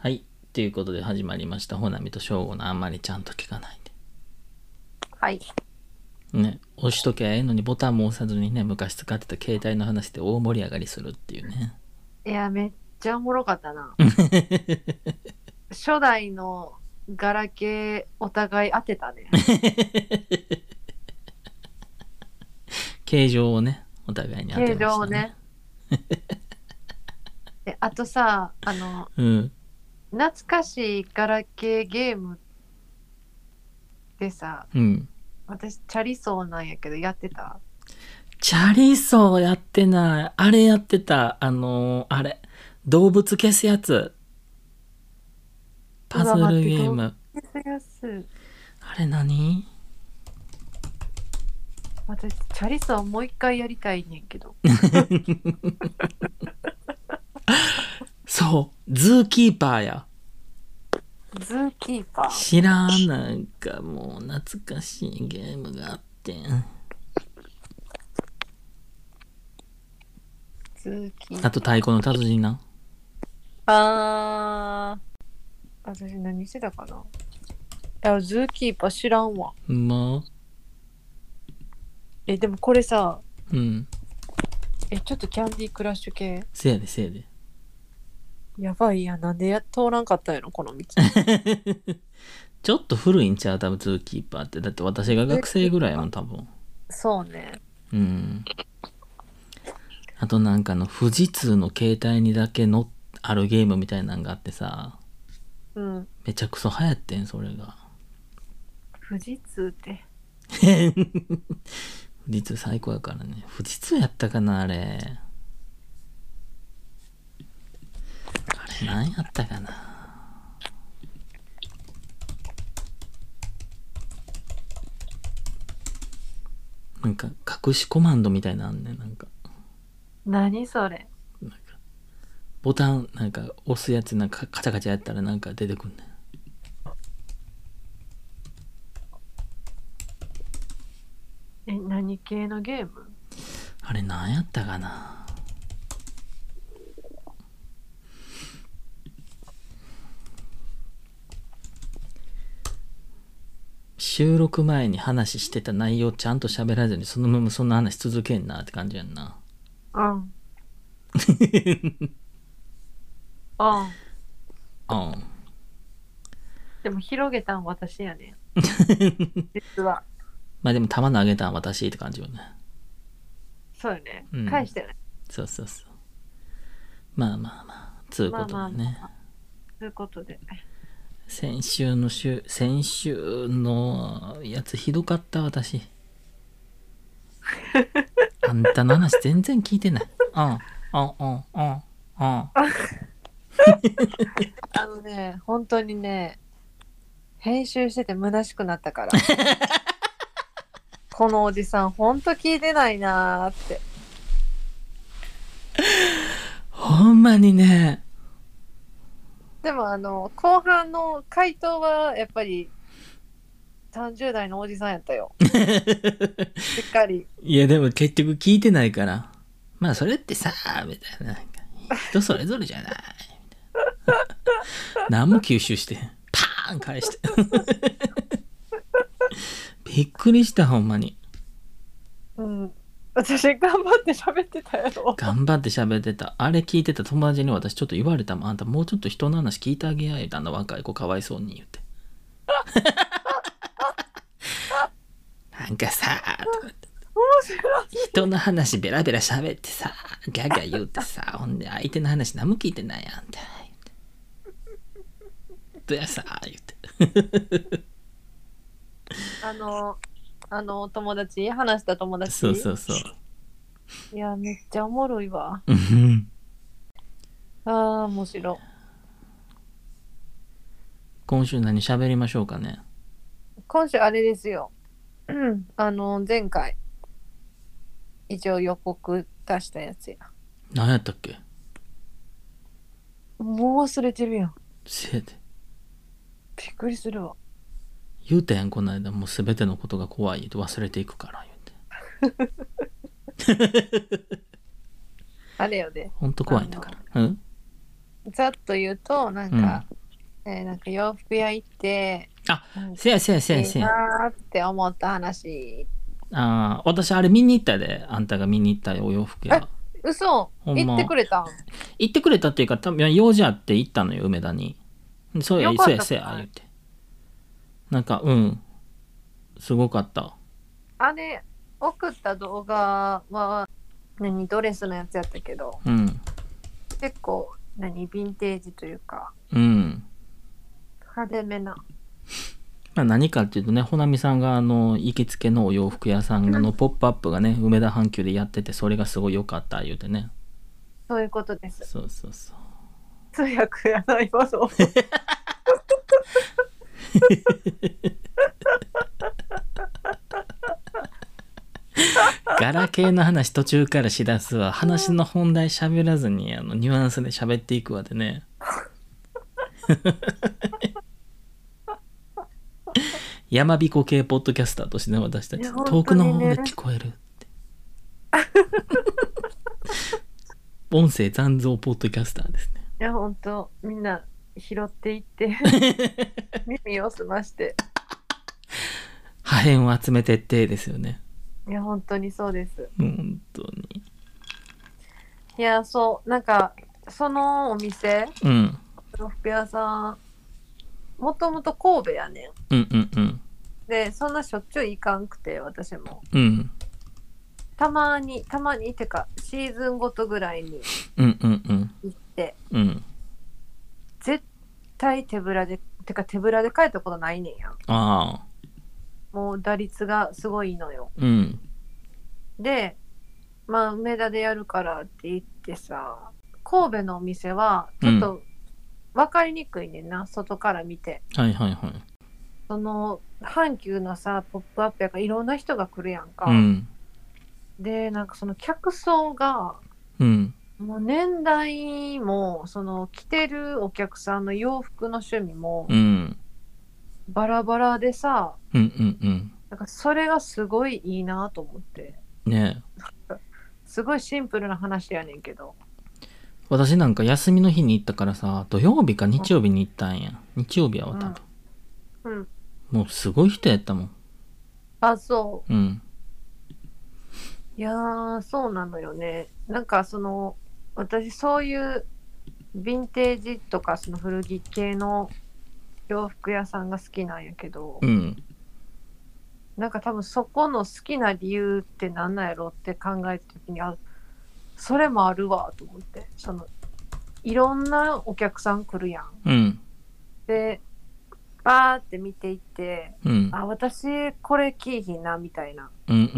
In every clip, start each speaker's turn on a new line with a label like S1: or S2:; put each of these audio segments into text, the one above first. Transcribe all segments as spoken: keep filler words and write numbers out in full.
S1: はい。ということで始まりました。ほなみとしょうごのあんまりちゃんと聞かない
S2: はい。
S1: で。ね。押しときゃええのにボタンも押さずにね、昔使ってた携帯の話で大盛り上がりするっていうね。
S2: いや、めっちゃおもろかったな。初代のガラケーお互い当てたね。
S1: 形状をね、お互いに当て
S2: 形
S1: ましたね。
S2: 状ね。え、あとさ、あの、
S1: うん。
S2: 懐かしいガラケーゲームでさ、
S1: うん。
S2: 私、チャリソーなんやけど、やってた？
S1: チャリソーやってない。あれやってた。あのー、あれ。動物消すやつ。パ
S2: うわ、
S1: ズル
S2: 待って、どう
S1: ゲーム。
S2: 消すやつ。
S1: あれ何？
S2: 私、チャリソーもう一回やりたいねんけど。
S1: そう。ズーキーパーや。
S2: ズーキーパー。
S1: 知らん。なんかもう懐かしいゲームがあってん。
S2: ズーキー
S1: あと太鼓の達人な。
S2: あー、私何してたかな。いや、ズーキーパー知らんわ。
S1: まあ。
S2: え、でもこれさ、
S1: うん。
S2: え、ちょっとキャンディークラッシュ系
S1: せやでせやで。
S2: やばいやん、なんでや通らんかったんやろ、この道。
S1: ちょっと古いんちゃう多分、ズーキーパーって。だって私が学生ぐらいやもん、多分。
S2: そうね。
S1: うん。あとなんかの富士通の携帯にだけのあるゲームみたいなのがあってさ、
S2: うん。
S1: めちゃくそ流行ってん、それが。
S2: 富士通って。
S1: 富士通最高やからね。富士通やったかな、あれ。あれ、何やったかな。なんか、隠しコマンドみたいなのあんねん、なんか。
S2: 何それ。
S1: なんかボタン、なんか、押すやつ、なんか、カチャカチャやったらなんか出てくんねん。
S2: え、何系のゲーム？
S1: あれ、何やったかな。収録前に話してた内容ちゃんと喋らずにそのままそんな話続けんなって感じやんな。
S2: うん。うん。
S1: うん。
S2: でも広げたん私やねん。実は。
S1: まあでも球投げたん私って感じよね。
S2: そうよね。
S1: うん。
S2: 返してね。
S1: そうそうそう。まあまあまあ。つう
S2: まあ
S1: ことでね。
S2: まあまあまあ。ということで。
S1: 先週の週、先週のやつひどかった私。あんたの話全然聞いてない。うん、うん、うん、うん、うん。
S2: あのね、本当にね、編集してて虚しくなったから。このおじさん、本当聞いてないなーって。
S1: ほんまにね。
S2: でもあの後半の回答はやっぱりさんじゅう代のおじさんやったよ。しっかり。
S1: いやでも結局聞いてないから。まあそれってさ、みたいな。なんか人それぞれじゃない。何も吸収してパーン返してびっくりしたほんまに。
S2: うん。私頑張って喋ってたやろ。
S1: 頑張って喋ってた。あれ聞いてた友達に私ちょっと言われたもん。あんたもうちょっと人の話聞いてあげやい。あんな若い子かわいそうに言って。なんかさとか言って。
S2: 面白い。
S1: 人の話ベラベラ喋ってさ、ギャギャ言うてさ、ほんで相手の話何も聞いてないやんって。どやさ言って。
S2: あのあの友達話した友達。
S1: そうそうそう。
S2: いやめっちゃおもろいわ。ああ面白い。
S1: 今週何喋りましょうかね。
S2: 今週あれですよ。あの前回一応予告出したやつや。
S1: 何やったっけ。
S2: もう忘れてるやん。
S1: せやで。
S2: びっくりするわ。
S1: 言うたやんこの間。もう全てのことが怖いと忘れていくから言うて。
S2: あれよで。
S1: ほんと怖いんだから。うん。
S2: ざっと言うとなんか、うん、えー、なんか洋服屋行って
S1: あ、せやせやせやせや。
S2: いいなーって思った話。
S1: ああ、私あれ見に行ったで。あんたが見に行ったお洋服屋。
S2: 嘘、
S1: ほんま。
S2: 行ってくれたん？
S1: 行ってくれたっていうか、多分用事あって行ったのよ、梅田に。そうや、そうや、そうや、言って。なんか、うん。すごかった。
S2: あれ、送った動画は、何、ドレスのやつやったけど、
S1: うん。
S2: 結構、何、ヴィンテージというか、
S1: うん。
S2: 派手めな。
S1: まあ、何かっていうとね、ほなみさんがあの行きつけのお洋服屋さんのポップアップがね、梅田阪急でやってて、それがすごい良かった言うてね。
S2: そういうことです。
S1: そうそうそう。
S2: 通訳やな、今の。
S1: ガラケーの話途中からしだすわ。話の本題喋らずにあのニュアンスで喋っていくわでね。山彦系ポッドキャスターとしてね、私たち、ね、遠くの方で聞こえるって。音声残像ポッドキャスターですね。
S2: いや、ほんと、みんな拾っていって、耳を澄まして。
S1: 破片を集めてってですよね。
S2: いや、本当にそうです。
S1: 本当に。
S2: いや、そう、なんか、そのお店、
S1: うん。
S2: 洋服屋さん、もともと神戸やね
S1: ん。うんうんうん。
S2: で、そんなしょっちゅう行かんくて、私も。
S1: うん。
S2: たまに、たまに、ってか、シーズンごとぐらいに
S1: うんうんうん。
S2: 行って、
S1: うん。
S2: 絶対手ぶらで、てか手ぶらで帰ったことないねんやん。
S1: ああ。
S2: もう打率がすごいのよ。
S1: うん。
S2: で、まあ、梅田でやるからって言ってさ、神戸のお店は、ちょっと分かりにくいねんな、うん、外から見て。
S1: はいはいはい。
S2: その、阪急のさ、ポップアップやからいろんな人が来るやんか。
S1: うん、
S2: で、なんかその客層が、
S1: うん、
S2: もう年代も、その着てるお客さんの洋服の趣味も、
S1: うん、
S2: バラバラでさ、
S1: うんうんうん。
S2: なんかそれがすごいいいなと思って。
S1: ね
S2: え。すごいシンプルな話やねんけど。
S1: 私なんか休みの日に行ったからさ、土曜日か日曜日に行ったんや。日曜日やわ、多分。うん。うん、もうすごい人やったもん。
S2: あ、そう。
S1: うん。
S2: いやー、そうなのよね。なんかその、私そういうヴィンテージとかその古着系の洋服屋さんが好きなんやけど、
S1: うん。
S2: なんか多分そこの好きな理由って何なんやろって考えた時に、あ、それもあるわと思って、そのいろんなお客さん来るやん。
S1: うん。
S2: で、バーって見ていって、
S1: うん、
S2: あ、私これ着いひんなみたいな。
S1: うんうんうん。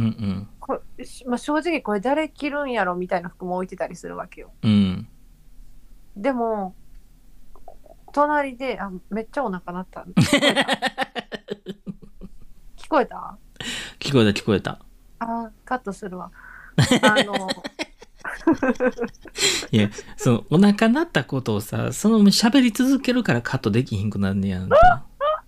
S2: こまあ、正直これ誰着るんやろみたいな服も置いてたりするわけよ。
S1: うん。
S2: でも隣で、あ、めっちゃお腹鳴った。聞こえた？
S1: 聞こえた聞こえた。
S2: あ、カットするわ。あの
S1: いや、そのお腹鳴ったことをさ、その喋り続けるからカットできひんくなんねやんか。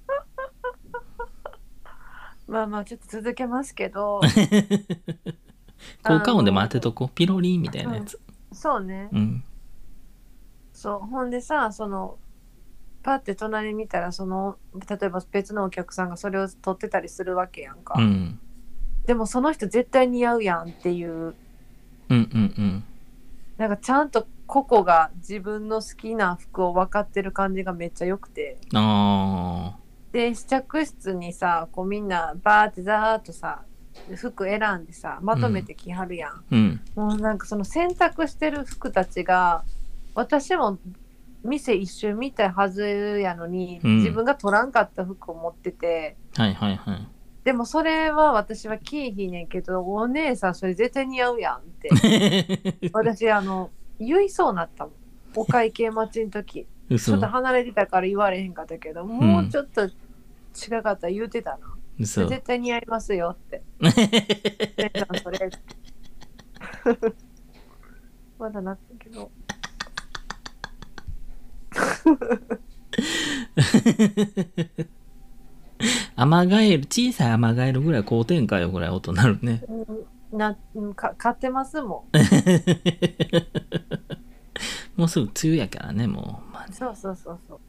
S2: まあまあちょっと続けますけど
S1: 効果音でも当てとこう。ピロリンみたいなやつ。
S2: うん、そうね。
S1: うん。
S2: そう。ほんでさ、そのパって隣見たら、その例えば別のお客さんがそれを撮ってたりするわけやんか。
S1: うん。
S2: でもその人絶対似合うやんっていう。
S1: うんうんうん。
S2: なんかちゃんと個々が自分の好きな服を分かってる感じがめっちゃ良くて。
S1: ああ。
S2: で、試着室にさ、こうみんなバーってザーっとさ、服選んでさ、まとめて着はるやん。
S1: うん。
S2: もうなんかその選択してる服たちが、私も店一周見たはずやのに、うん、自分が取らんかった服を持ってて、
S1: はいはいはい。
S2: でもそれは私は着いひんねんけど、お姉さんそれ絶対似合うやんって私あの言いそうになったもん。お会計待ちの時ちょっと離れてたから言われへんかったけど、もうちょっと近かったら言うてたな。絶対似合いますよって姉さんそれまだなったけど
S1: アマガエル、小さいアマガエルぐらい高天下よぐらい音なるね。
S2: なか買ってますもん。
S1: もうすぐ梅雨やからね、もう、まあね、
S2: そうそうそうそう。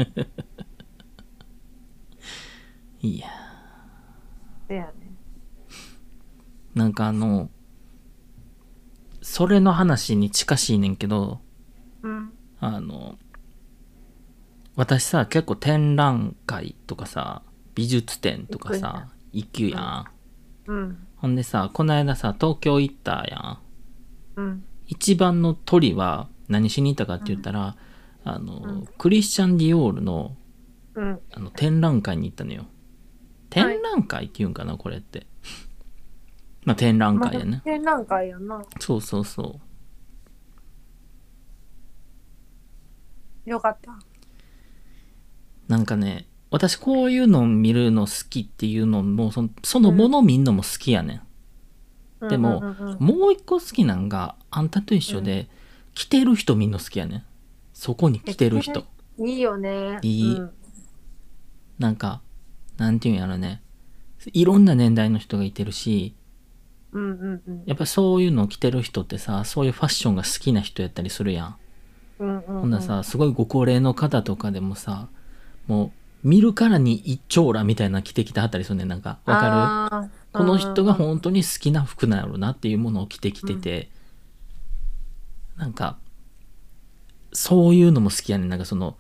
S1: いや
S2: でやね。
S1: なんかあのそれの話に近しいねんけど、
S2: うん。
S1: あの私さ結構展覧会とかさ美術展とかさ行くやん、
S2: うん。
S1: ほんでさこの間さ東京行ったやん。
S2: うん。
S1: 一番の鳥は何しに行ったかって言ったら、うん、あの、うん、クリスチャン・ディオールの、
S2: うん、
S1: あの展覧会に行ったのよ。展覧会って言うんかな、はい、これって。まあ展覧会やね、まあ、
S2: 展覧会やな。
S1: そうそうそう。
S2: よかった。
S1: なんかね、私こういうのを見るの好きっていうのもそのそのもの見んのも好きやねん。うん、でも、うんうんうん、もう一個好きなんがあんたと一緒で、うん、着てる人見んの好きやねん。そこに着てる人。
S2: いいよね。
S1: いい。うん、なんかなんていうんやろね。いろんな年代の人がいてるし、
S2: うんうんうん、
S1: やっぱそういうのを着てる人ってさ、そういうファッションが好きな人やったりするやん。
S2: うんうんうん、
S1: ほんなさ、すごいご高齢の方とかでもさ、もう見るからに一丁羅みたいな着てきてはったりするねん。なんかわかる？この人が本当に好きな服なんやろなっていうものを着てきてて、うん、なんかそういうのも好きやねん。なんかその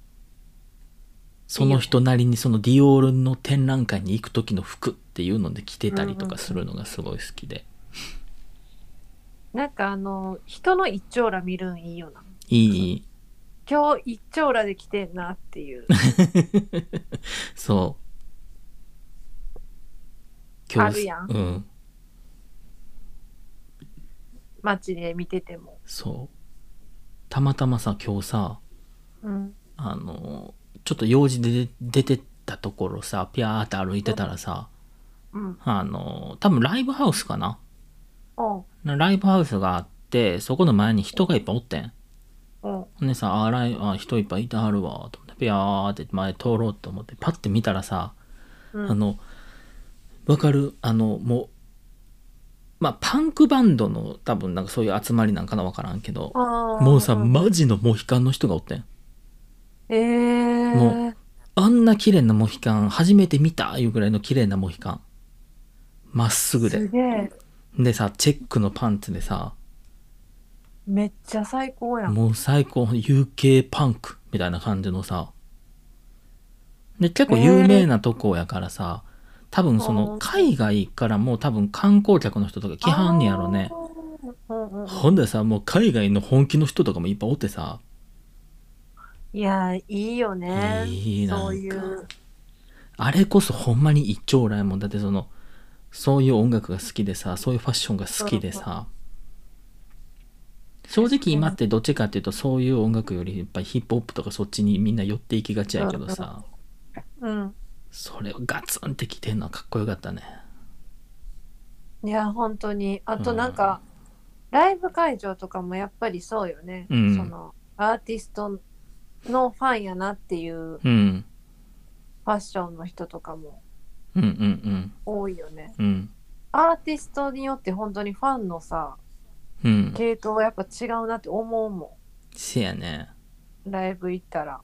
S1: その人なりにそのディオールの展覧会に行く時の服っていうので着てたりとかするのがすごい好きで、
S2: なんかあの人の一丁羅見るんいいよな。
S1: いい。
S2: 今日一丁羅で来てんなっていう。
S1: そう。今日
S2: あるやん。
S1: うん。
S2: 街で見てても。
S1: そう。たまたまさ今日さ、
S2: うん、
S1: あのちょっと用事で出てったところさ、ピャーって歩いてたらさ、
S2: うん、
S1: あの多分ライブハウスかな。
S2: うん、
S1: ライブハウスがあって、そこの前に人がいっぱいおってん。
S2: うん、
S1: でさ、あ、ライあ人いっぱいいてはるわ、と思って、ピャーって前通ろうと思って、パッて見たらさ、うん、あの、わかる？あの、もう、まあ、パンクバンドの多分なんかそういう集まりなんかなわからんけど、もうさ、うん、マジのモヒカンの人がおってん。
S2: えー、
S1: もう、あんな綺麗なモヒカン、初めて見たいうぐらいの綺麗なモヒカン。まっすぐで。
S2: すげえ。
S1: でさ、チェックのパンツでさ、
S2: めっちゃ最高やん。
S1: もう最高、ユーケー パンクみたいな感じのさ、で、結構有名なとこやからさ、えー、多分その海外からも多分観光客の人とか来はんねやろね。うんうん、ほんでさ、もう海外の本気の人とかもいっぱいおってさ。
S2: いや、いいよね。
S1: いいなんか
S2: そういう。
S1: あれこそほんまに一丁羅やもん。だってその、そういう音楽が好きでさ、そういうファッションが好きでさ。正直今ってどっちかっていうとそういう音楽よりやっぱりヒップホップとかそっちにみんな寄っていきがちやけどさ。
S2: うん。
S1: それをガツンってきてんのはかっこよかったね。
S2: いや本当に。あとなんか、うん、ライブ会場とかもやっぱりそうよね、うん、そのアーティストのファンやなっていうファッションの人とかも多いよね、
S1: うんうんうん、
S2: アーティストによって本当にファンのさ、うん、系統はやっぱ違うなって思うもん。
S1: せやね。
S2: ライブ行ったら。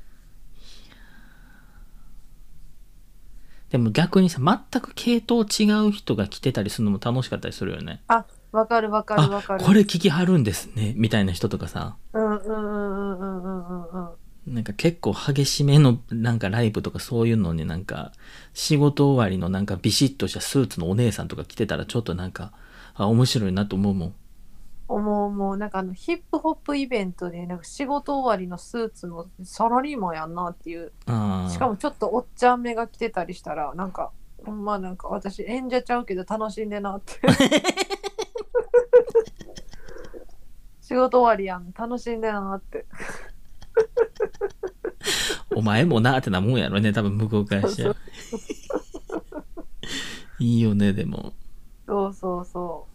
S1: でも逆にさ、全く系統違う人が来てたりするのも楽しかったりするよね。
S2: あ、わかるわかるわかる。
S1: これ聞きはるんですね、みたいな人とかさ。
S2: うんうんうんうんうんうんうん。
S1: なんか結構激しめのなんかライブとかそういうのになんか仕事終わりのなんかビシッとしたスーツのお姉さんとか来てたらちょっとなんか、あ、面白いなと思うもん。
S2: 思うもうなんかあのヒップホップイベントでなんか仕事終わりのスーツのサラリーマンやんなっていう、しかもちょっとおっちゃん目が来てたりしたらなんかまあなんか私演者ちゃうけど楽しんでなって仕事終わりやん楽しんでなって
S1: お前もなってなもんやろね多分向こうからしちゃういいよねでも
S2: そうそうそう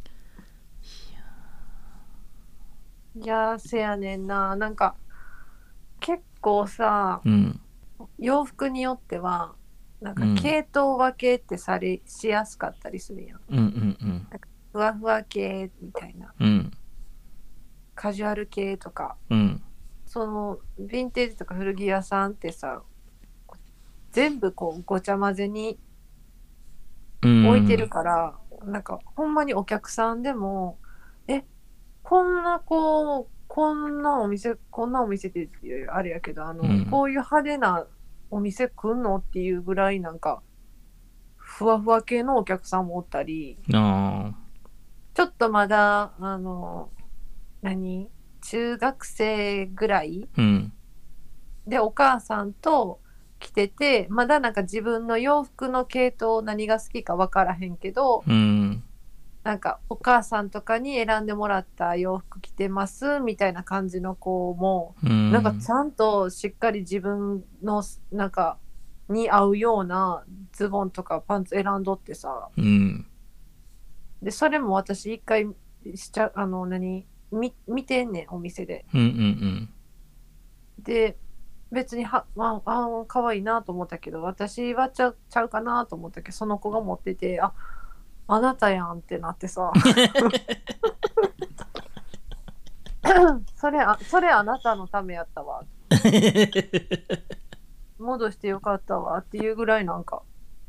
S2: いやーせやねんな。なんか結構さ、うん、洋服によってはなんか系統分けってされ、うん、しやすかったりするやん。
S1: うんうんうん、
S2: なんかふわふわ系みたいなカジュアル系とか、
S1: うん。
S2: そのヴィンテージとか古着屋さんってさ、全部こうごちゃ混ぜに置いてるから、なんかほんまにお客さんでも、え、こんなこう、こんなお店、こんなお店ってあれやけど、あの、うん、こういう派手なお店来んのっていうぐらいなんか、ふわふわ系のお客さんもおったり、
S1: あ
S2: ちょっとまだ、あの、何中学生ぐらい、
S1: うん、
S2: で、お母さんと来てて、まだなんか自分の洋服の系統何が好きか分からへんけど、
S1: うん、
S2: なんかお母さんとかに選んでもらった洋服着てますみたいな感じの子も、
S1: うん、
S2: なんかちゃんとしっかり自分のなんかに合うようなズボンとかパンツ選んどってさ、
S1: うん、
S2: でそれも私一回しちゃあの何見見てんねんお店で。
S1: うん、うん、
S2: で別には、まあ、あ可愛いなと思ったけど、私はちゃちゃうかなと思ったけど、その子が持ってて、あ、あなたやんってなってさ。それあ、それあなたのためやったわ。戻してよかったわっていうぐらいなんか。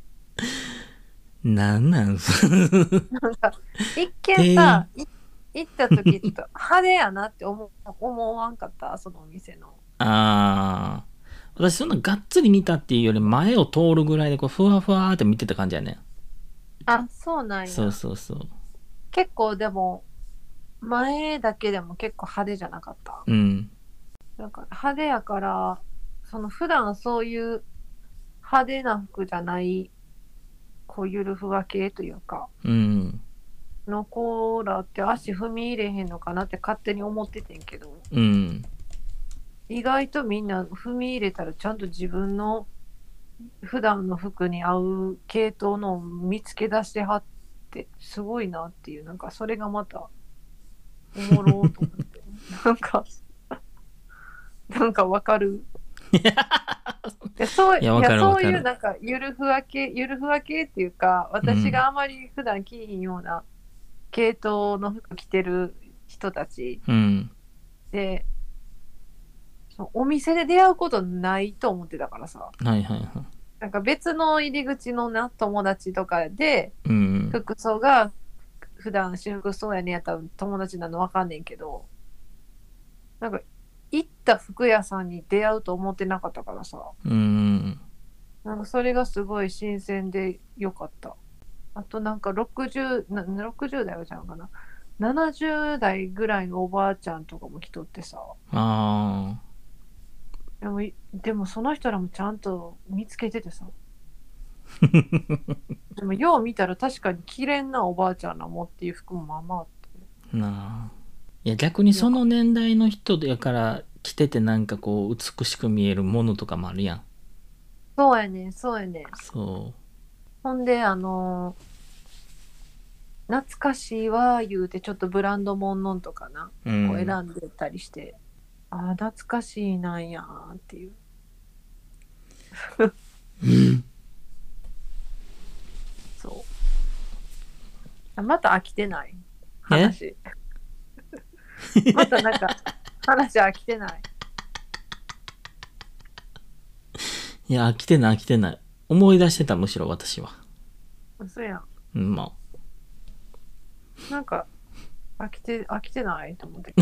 S1: なんなん
S2: なんか、一見さ、行った時ちょっと派手やなって思思わんかった、そのお店の。
S1: ああ。私そんながっつり見たっていうより前を通るぐらいでこうふわふわーって見てた感じやね。
S2: あ、そうなんや。
S1: そうそうそう。
S2: 結構でも、前だけでも結構派手じゃなかった。
S1: うん。
S2: だから派手やから、その普段そういう派手な服じゃない、こうゆるふわ系というか、
S1: うん。
S2: の子らって足踏み入れへんのかなって勝手に思っててんけど、
S1: うん。
S2: 意外とみんな踏み入れたらちゃんと自分の普段の服に合う系統のを見つけ出してはってすごいなっていう、なんかそれがまたおもろーと思ってなんかなんかわかるいやそういやそういうなんかゆるふわ系ゆるふわ系っていうか、私があまり普段着ひんような系統の服着てる人たち、
S1: うん、
S2: でそのお店で出会うことないと思ってたからさ、
S1: はいはいはい、
S2: なんか別の入り口のな友達とかで、
S1: うん、
S2: 服装が普段私服装やねやったら友達なの分かんねんけど、なんか行った服屋さんに出会うと思ってなかったからさ、
S1: うん、
S2: なんかそれがすごい新鮮でよかった。あとなんかろくじゅう、なろくじゅう代はちゃうかな、ななじゅう代ぐらいのおばあちゃんとかも来とってさ、
S1: あ
S2: でもでもその人らもちゃんと見つけててさでもよう見たら確かに綺麗なおばあちゃんらもっていう服もまあまああって、
S1: なあ、いや逆にその年代の人やから着ててなんかこう美しく見えるものとかもあるやん。
S2: そうやねそうやね。
S1: そう。
S2: ほんであのー、懐かしいわ言うてちょっとブランドもんのんとかな、うん、こう選んでたりして、ああ懐かしいなんやっていうそうまた飽きてない話またなんか話飽きてない。
S1: いや飽きてない飽きてない、思い出してた、むしろ私は。
S2: 嘘やん。
S1: うんま
S2: あなんか飽きて飽きてないと思って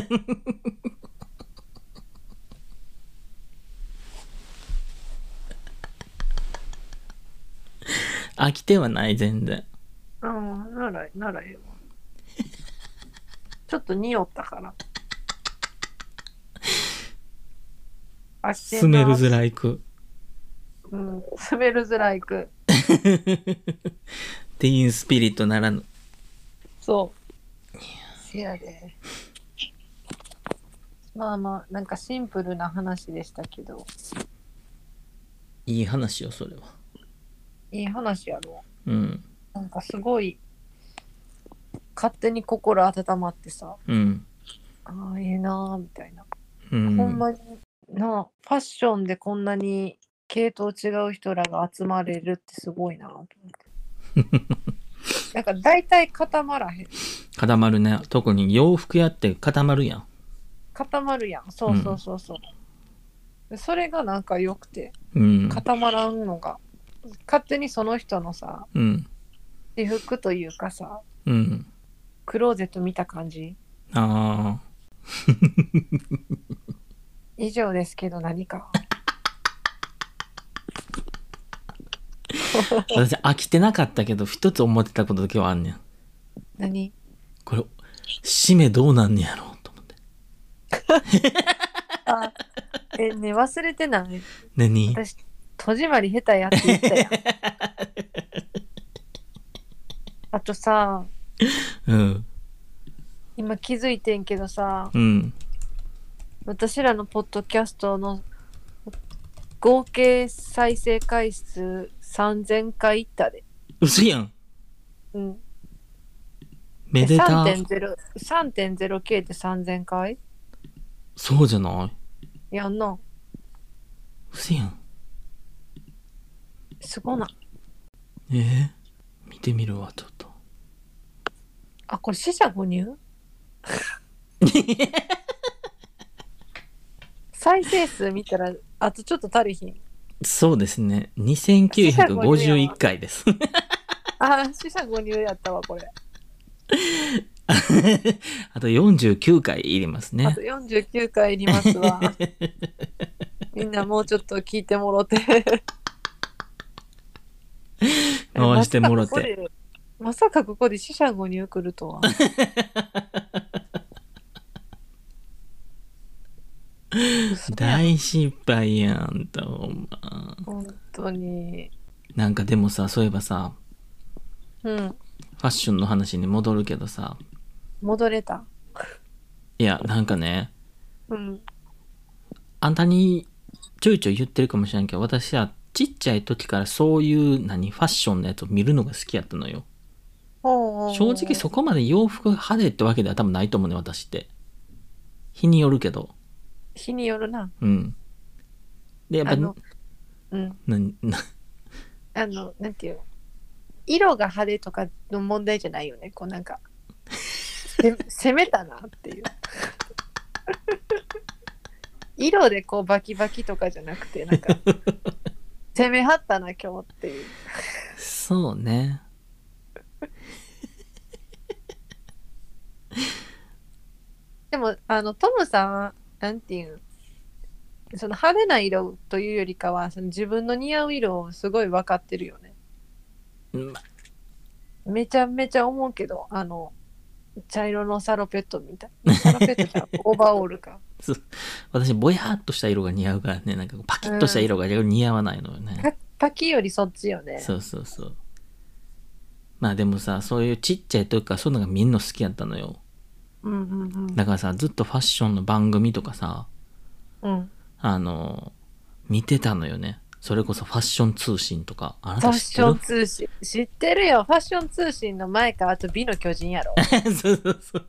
S1: 飽きてはない全然。
S2: うん、ならならええわちょっと匂ったから
S1: スメルズライク。
S2: うん、スメルズライク。
S1: ティーンスピリットならぬ。
S2: そう。せやで。まあまあ、なんかシンプルな話でしたけど。
S1: いい話よ、それは。
S2: いい話やろ。
S1: うん。
S2: なんかすごい、勝手に心温まってさ。
S1: うん。
S2: ああ、ええなーみたいな。
S1: うん。
S2: ほんまにな、ファッションでこんなに系統違う人らが集まれるってすごいなと思って。 なんか大体固まらへん。
S1: 固まるね。特に洋服やって固まるやん。
S2: 固まるやん。そうそうそうそう。うん、それがなんか良くて、
S1: うん、
S2: 固まらんのが、勝手にその人のさ、
S1: うん、
S2: 私服というかさ、
S1: うん、
S2: クローゼット見た感じ。
S1: ああ。
S2: 以上ですけど何か。
S1: 私飽きてなかったけど一つ思ってたことだけはあんねん。
S2: 何？
S1: これ締めどうなんねやろうと思って。
S2: あ、えね忘れてない？
S1: 何？
S2: 私戸締まり下手やって言ったやん。あとさ、
S1: うん、
S2: 今気づいてんけどさ、
S1: うん、
S2: 私らのポッドキャストの合計再生回数さんぜんかいいったで。
S1: 嘘やん。
S2: うん。
S1: めでた。
S2: さんてんゼロ、さんてんゼロきゅう ってさんぜんかい？
S1: そうじゃない？
S2: やんな。
S1: 嘘やん。
S2: すごない。
S1: えー、見てみるわ、ちょっと。
S2: あ、これ四捨五入再生数見たら、あとちょっと足りひん。
S1: そうですね。にせんきゅうひゃくごじゅういっかいです。
S2: あ、四捨五入やったわ、これ。
S1: あとよんじゅうきゅうかいいりますね。
S2: あとよんじゅうきゅうかいいりますわ。みんなもうちょっと聞いてもろて。
S1: 回してもろて。
S2: まさかここで四捨五入来るとは。
S1: 大失敗やんと思う。
S2: 本当に。
S1: なんかでもさ、そういえばさ、
S2: うん。
S1: ファッションの話に戻るけどさ、
S2: 戻れた。
S1: いや、なんかね、
S2: うん。
S1: あんたにちょいちょい言ってるかもしれんけど、私はちっちゃい時からそういう何ファッションのやつを見るのが好きやったのよ。正直そこまで洋服派手ってわけでは多分ないと思うね、私って。日によるけど。
S2: 日によるな。
S1: うん。で、やっぱ、
S2: あの、うん。
S1: な、な、
S2: あの、なんていうの、色が派手とかの問題じゃないよね。こうなんか、攻めたなっていう。色でこうバキバキとかじゃなくて、なんか、攻めはったな今日っていう。
S1: そうね。
S2: でも、あの、トムさんは、なんていう、その派手な色というよりかは、その自分の似合う色をすごい分かってるよね。
S1: ま、
S2: めちゃめちゃ思うけど、あの、茶色のサロペットみたい。サロペットじゃん、オーバーオールか。
S1: 私、ぼやっとした色が似合うからね、なんかパキッとした色が似合わないのよね。
S2: パパキよりそっちよね。
S1: そうそうそう。まあでもさ、そういうちっちゃい時からそういうのがみんな好きやったのよ。
S2: うんうんうん。
S1: だからさ、ずっとファッションの番組とかさ、
S2: うん、
S1: あの、見てたのよね。それこそファッション通信とか。あな
S2: ファッ
S1: た知ってる？
S2: ション通信。知ってるよ。ファッション通信の前か、あと美の巨人やろ。
S1: そうそうそう。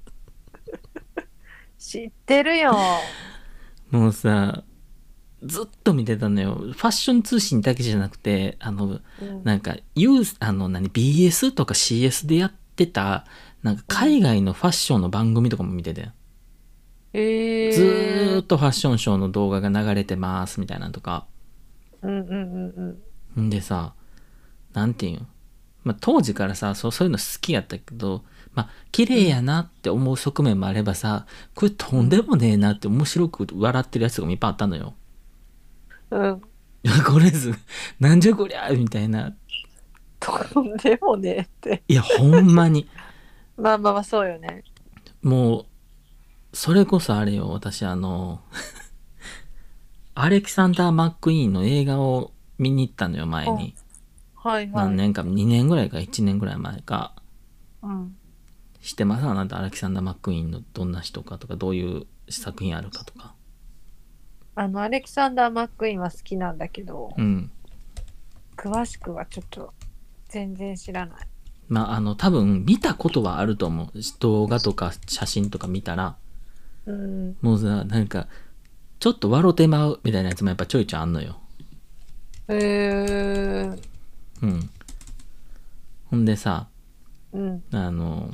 S2: 知ってるよ。
S1: もうさ、ずっと見てたのよ。ファッション通信だけじゃなくて、あの、うん、なんか、ユーあの、何、ビーエス とか シーエス でやってた、なんか海外のファッションの番組とかも見てて。
S2: えー、
S1: ずーっとファッションショーの動画が流れてますみたいなのとか。
S2: うんうんうん
S1: うん。んでさ、なんていうん、まあ、当時からさ、そう、そういうの好きやったけど、まあ、綺麗やなって思う側面もあればさ、これとんでもねえなって面白く笑ってるやつとかもいっぱいあったのよ。
S2: うん。
S1: いや、これず、なんじゃこりゃみたいな。
S2: とんでもねえって。
S1: いや、ほんまに。
S2: まあまあまあ、そうよね。
S1: もう、それこそあれよ、私あの、アレキサンダー・マック・イーンの映画を見に行ったのよ、前に。
S2: はいはい。
S1: 何年か、にねんぐらいかいちねんぐらい前か。
S2: うん。
S1: 知ってます？あなた、アレキサンダー・マック・イーンのどんな人かとか、どういう作品あるかとか。
S2: あの、アレキサンダー・マック・イーンは好きなんだけど、
S1: うん。
S2: 詳しくはちょっと全然知らない。
S1: まあ、あの、多分見たことはあると思う。動画とか写真とか見たら。
S2: うん。
S1: もうさ、なんか、ちょっと笑ってまうみたいなやつもやっぱちょいちょいあんのよ。
S2: へえー。
S1: うん。ほんでさ、
S2: うん。
S1: あの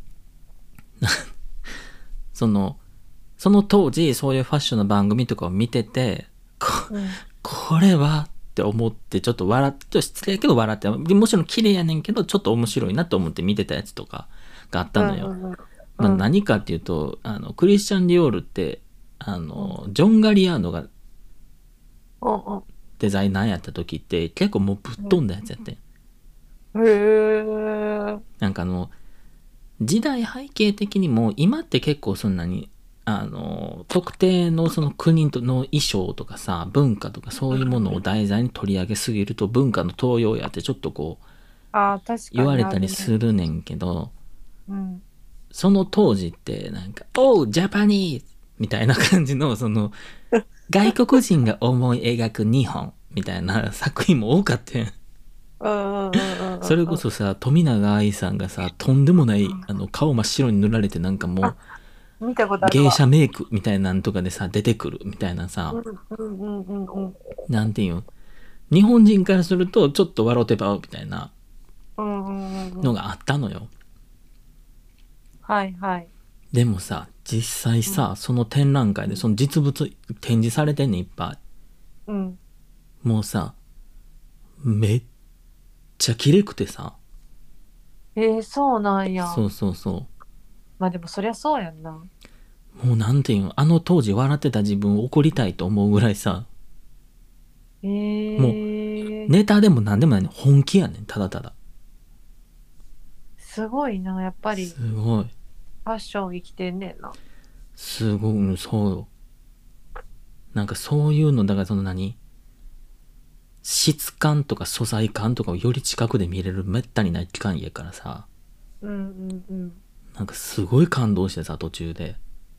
S1: そのその当時そういうファッションの番組とかを見てて、こ
S2: うん。
S1: これはって思ってちょっと笑って、ちょっと失礼やけど笑って、もちろん綺麗やねんけどちょっと面白いなと思って見てたやつとかがあったのよ。
S2: うん。うん。う
S1: まあ、
S2: ん。
S1: 何かっていうと、あのクリスチャン・ディオールってあ
S2: うん。
S1: のジョン・ガリアーノが
S2: うん。
S1: デザイナーやった時って結構もうぶっ飛んだやつやって。
S2: へえ。
S1: なんかあの時代背景的にも今って結構そんなにあの特定のその国の衣装とかさ文化とかそういうものを題材に取り上げすぎると文化の盗用やってちょっとこう
S2: ああ、確か
S1: 言われたり
S2: にあるね。
S1: するねんけど、
S2: うん。
S1: その当時ってなんか「おうジャパニーズ!」みたいな感じのその外国人が思い描く日本みたいな作品も多かったやん。
S2: うんうんうんうん
S1: それ
S2: うん。
S1: こそさ、富永愛さんがさ、とんでもない、あの、顔真っ白に塗られてなんかも
S2: あ、見たこ
S1: う、
S2: とあるわ。
S1: 芸者メイクみたいなんとかでさ、出てくるみたいなさ、
S2: うんうんうんうんうん。
S1: なんていうん日本人からすると、ちょっと笑ってばうみたいな
S2: うんうんうんうん。
S1: のがあったのよ。
S2: はいはい。
S1: でもさ、実際
S2: うん
S1: さ、その展覧会でその実物展示されてんねん、いっぱい。
S2: うん。
S1: もうさ、めっちゃ綺麗くてさ、
S2: えー、そうなんや。
S1: そうそうそ
S2: まあでもそりゃそうやんな。
S1: う。もうなんていうんあの当時笑ってた自分を怒りたいと思うぐらいさ、
S2: え
S1: もう
S2: ー、
S1: ネタでもなんでもないねん本気やねん、ただただ。
S2: すごいな。やっぱり
S1: すごい。
S2: ファッション生きてんねんな。
S1: すごい、うんそうよ。なんかそういうの、だからその何質感とか素材感とかをより近くで見れるめったにない機会やからさ、
S2: うんうんうん。
S1: なんかすごい感動してさ、途中で。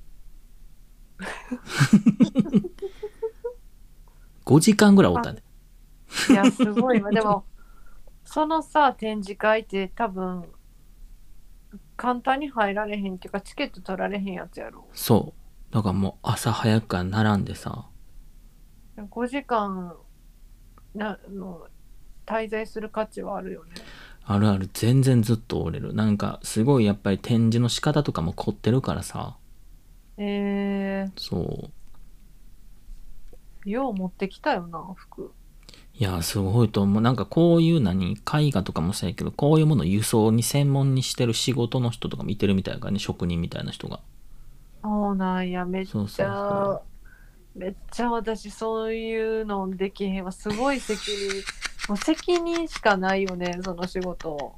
S1: ごじかんぐらいおっ
S2: あ、
S1: たね。
S2: いや、すごいわ。でも、そのさ、展示会って多分、簡単に入られへんっていうか、チケット取られへんやつやろ。
S1: そう。だからもう朝早くから並んでさ、
S2: ごじかんなの滞在する価値はあるよね。
S1: あるある全然ずっと折れる。なんかすごいやっぱり展示の仕方とかも凝ってるからさ、
S2: え
S1: そう。
S2: ー、よう持ってきたよな、服。
S1: いや、すごいと思う。なんかこういう何、絵画とかもそうやけど、こういうものを輸送に専門にしてる仕事の人とかもいてるみたいだからね、職人みたいな人が。
S2: そうなんや、めっち
S1: そうそうそ
S2: ゃ、めっちゃ私そういうのできへんわ。すごい責任、もう責任しかないよね、その仕事。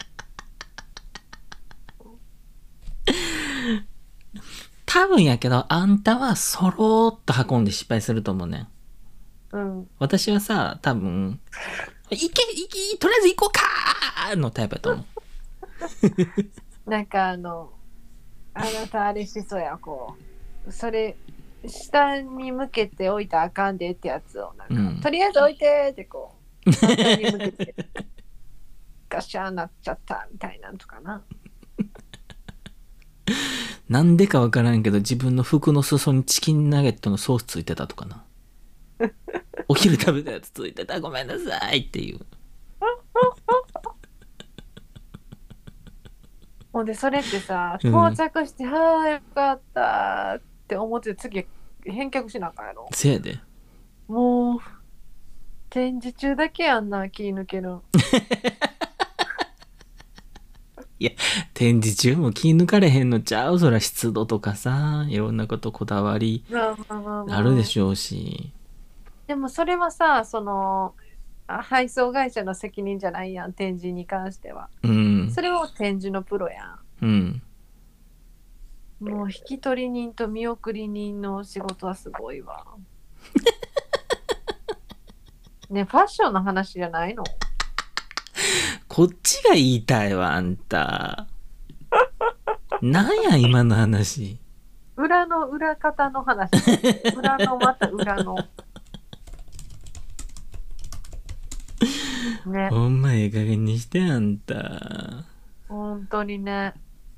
S1: う。多分やけど、あんたはそろーっと運んで失敗すると思うねん。
S2: うん。
S1: 私はさ、多分、行け、行き、とりあえず行こうかーのタイプやと思う。
S2: なんかあの、あなたあれしそうや、こう。それ、下に向けて置いたらあかんでってやつを、なんか、
S1: うん。
S2: とりあえず置いてってこう、反対に向けて、ガシャーなっちゃったみたいなんとかな。
S1: なんでかわからんけど、自分の服の裾にチキンナゲットのソースついてたとかな。お昼食べたやつついてた、ごめんなさいっていう。
S2: ほんで、それってさ、到
S1: うん。
S2: 着して、はあ、よかったって思って次、返却しなあかんやろ。
S1: せやで。
S2: もう、展示中だけやんな、気抜ける。
S1: いや、展示中も気抜かれへんのちゃうそら湿度とかさ、いろんなことこだわり
S2: まあまあまあ
S1: あるで
S2: まあ。
S1: しょうし。
S2: でもそれはさ、その、あ配送会社の責任じゃないやん、展示に関しては。
S1: うん。
S2: それを展示のプロや
S1: うん。
S2: ん。もう引き取り人と見送り人の仕事はすごいわ。ね、ファッションの話じゃないの？
S1: こっちが言いたいわ、あんた。なんや、今の話。
S2: 裏の裏方の話。裏のまた裏の。ね、
S1: ほんまええ加減にして、あんた。
S2: 本当にね。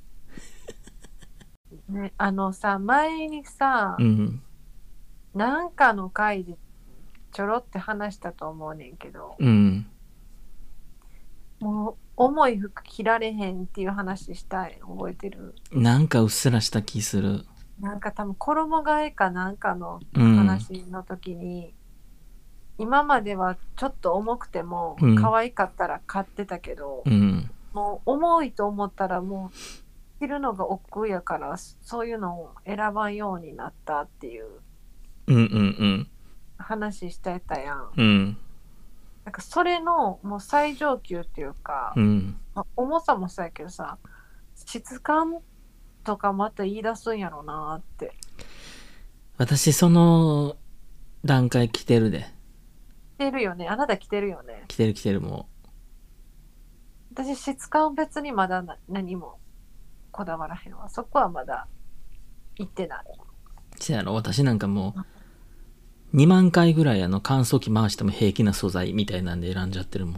S2: ね、あのさ、前にさ、
S1: うん。
S2: なんかの回でちょろって話したと思うねんけど、
S1: うん。
S2: も重い服着られへんっていう話したい覚えてる？
S1: なんかうっすらした気する。
S2: なんか多分衣替えかなんかの
S1: うん
S2: 話の時に、今まではちょっと重くても
S1: うん
S2: 可愛かったら買ってたけど、
S1: うん
S2: もう重いと思ったらもう着るのが億劫やからそういうのを選ばんようになったっていう
S1: うんうん
S2: 話してたやん。
S1: うん
S2: なんかそれのもう最上級っていうか、
S1: うん
S2: まあ重さもそうやけどさ、質感とかまた言い出すんやろうなって。
S1: 私その段階来てるで。
S2: 着てるよね。あなた着てるよね。
S1: 来てる来てる。も
S2: 私質感別にまだな何もこだわらへんわ。そこはまだ行ってない。
S1: うせやろ。私なんかもうにまんかいぐらいあの乾燥機回しても平気な素材みたいなんで選んじゃってるもん。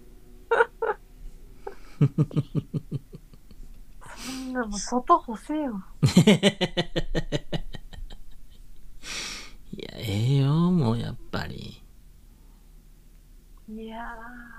S2: そんなもう外干せよ。
S1: いや、ええよ、もうやっぱり。
S2: いや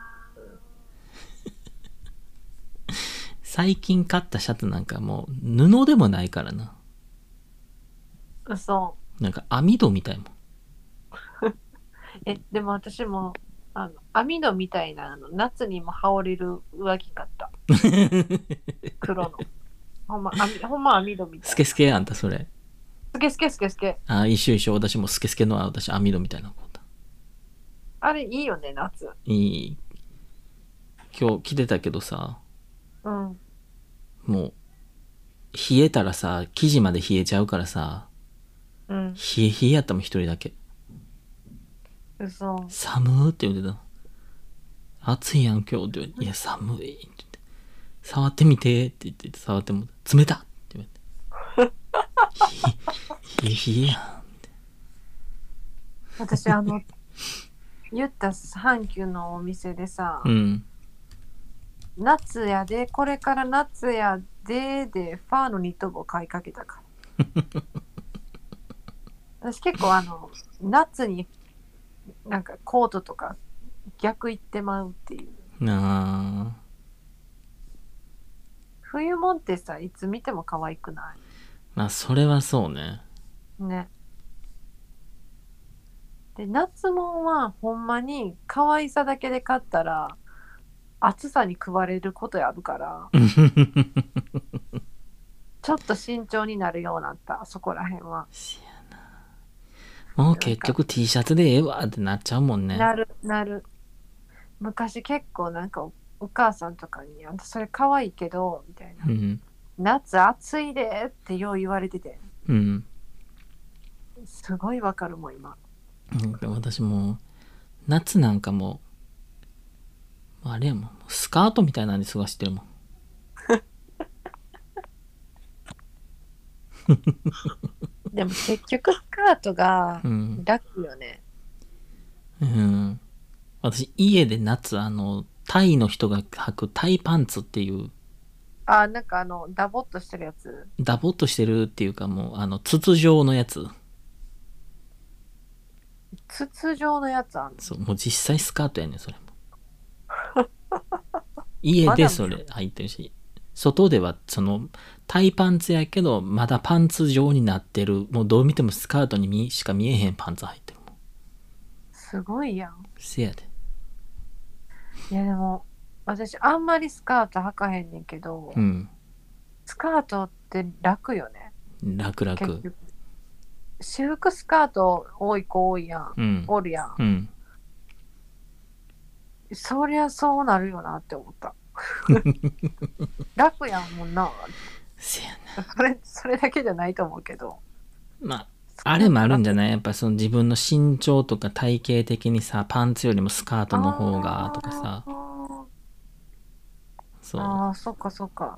S1: 最近買ったシャツなんかもう布でもないからな。
S2: ー、嘘。
S1: なんか網戸みたいもん。
S2: え、でも私も、あの、網戸みたいな、あの、夏にも羽織れる上着買った。黒の。ほんま、網ほんま網戸みたいな。
S1: スケスケあんたそれ。
S2: スケスケスケスケ。
S1: あ、一緒一緒。私もスケスケの私網戸みたいなの買った。
S2: あれいいよね、夏。
S1: いい。今日着てたけどさ、
S2: うん。
S1: もう、冷えたらさ、生地まで冷えちゃうからさ、
S2: うん。
S1: 冷え冷えやったもん一人だけ。
S2: 嘘。
S1: 寒ーって言ってた。暑いやん今日って言われて、いや寒いって言って。触ってみてって言って触っても、冷たって言われて。冷え冷えやん。
S2: 私、あの、言った阪急のお店でさ、
S1: うん。
S2: 夏やで、これから夏やで、で、ファーのニット帽買いかけたから。私結構あの、夏になんかコートとか逆行ってまうっていう。
S1: なあ。
S2: 冬もんってさ、いつ見ても可愛くな
S1: まあそれはそうね。
S2: いね。で、夏もんはほんまに可愛さだけで買ったら、暑さに食われることやるから、ちょっと慎重になるようになった、そこらへんは。
S1: もう結局 T シャツでええわってなっちゃうもんね。
S2: なる、なる。昔結構なんかお、お母さんとかに、あんたそれ可愛いけど、みたいな。
S1: うん。
S2: 夏暑いでってよう言われてて。
S1: うん。
S2: すごいわかるもん、今。
S1: なんか私も、夏なんかもう、あれやもん。スカートみたいなんで過ごしてるもん。
S2: でも結局スカートが
S1: うん。
S2: 楽よね。
S1: うん。私、家で夏、あの、タイの人が履くタイパンツっていう、
S2: あ、なんかあの、ダボっとしてるやつ。
S1: ダボっとしてるっていうかもう、あの、筒状のやつ。
S2: 筒状のやつあんの。
S1: そう、もう実際スカートやねん、それも。家でそれ履いてるし、外ではその、タイパンツやけど、まだパンツ状になってる、もうどう見てもスカートに見しか見えへんパンツ履いてるもん。
S2: すごいやん。
S1: せやで。
S2: いやでも、私あんまりスカート履かへんねんけど、
S1: うん。
S2: スカートって楽よね。
S1: 楽々。
S2: 結局。私服スカート多い子多いやん。
S1: うん。
S2: おるやん。
S1: うん。
S2: そりゃそうなるよなって思った。楽やんもんな。
S1: せやな。
S2: それ、それだけじゃないと思うけど。
S1: まあ、あれもあるんじゃないやっぱその自分の身長とか体型的にさ、パンツよりもスカートの方がとかさ。
S2: あ
S1: そう。
S2: あー、そっかそっか。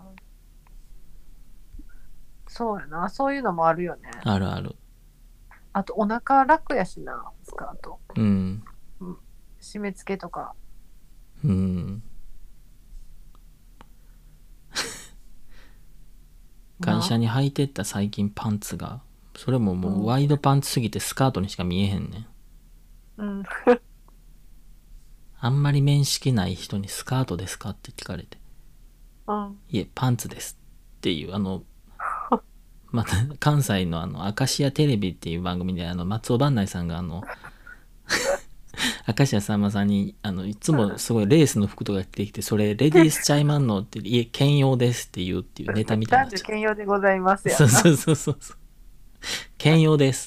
S2: そうやな。そういうのもあるよね。
S1: あるある。
S2: あとお腹楽やしな、スカート。
S1: うん。
S2: 締め付けとか。
S1: うん。会社に履いてった最近パンツが、それももうワイドパンツすぎてスカートにしか見えへんねん。
S2: うん。
S1: あんまり面識ない人にスカートですかって聞かれて、
S2: うん。
S1: いえ、パンツですっていう、あの、また、関西のあの、アカシアテレビっていう番組で、あの、松尾伴内さんがあの、明石家さんまさんに、あの、いつもすごいレースの服とか着てきて、それ、レディースちゃいまんのって、いえ、兼用ですって言うっていうネタみたいにな
S2: 男女
S1: っちゃ
S2: 兼用でございます
S1: う。
S2: やんな。
S1: そうそうそうそうそう。兼用です。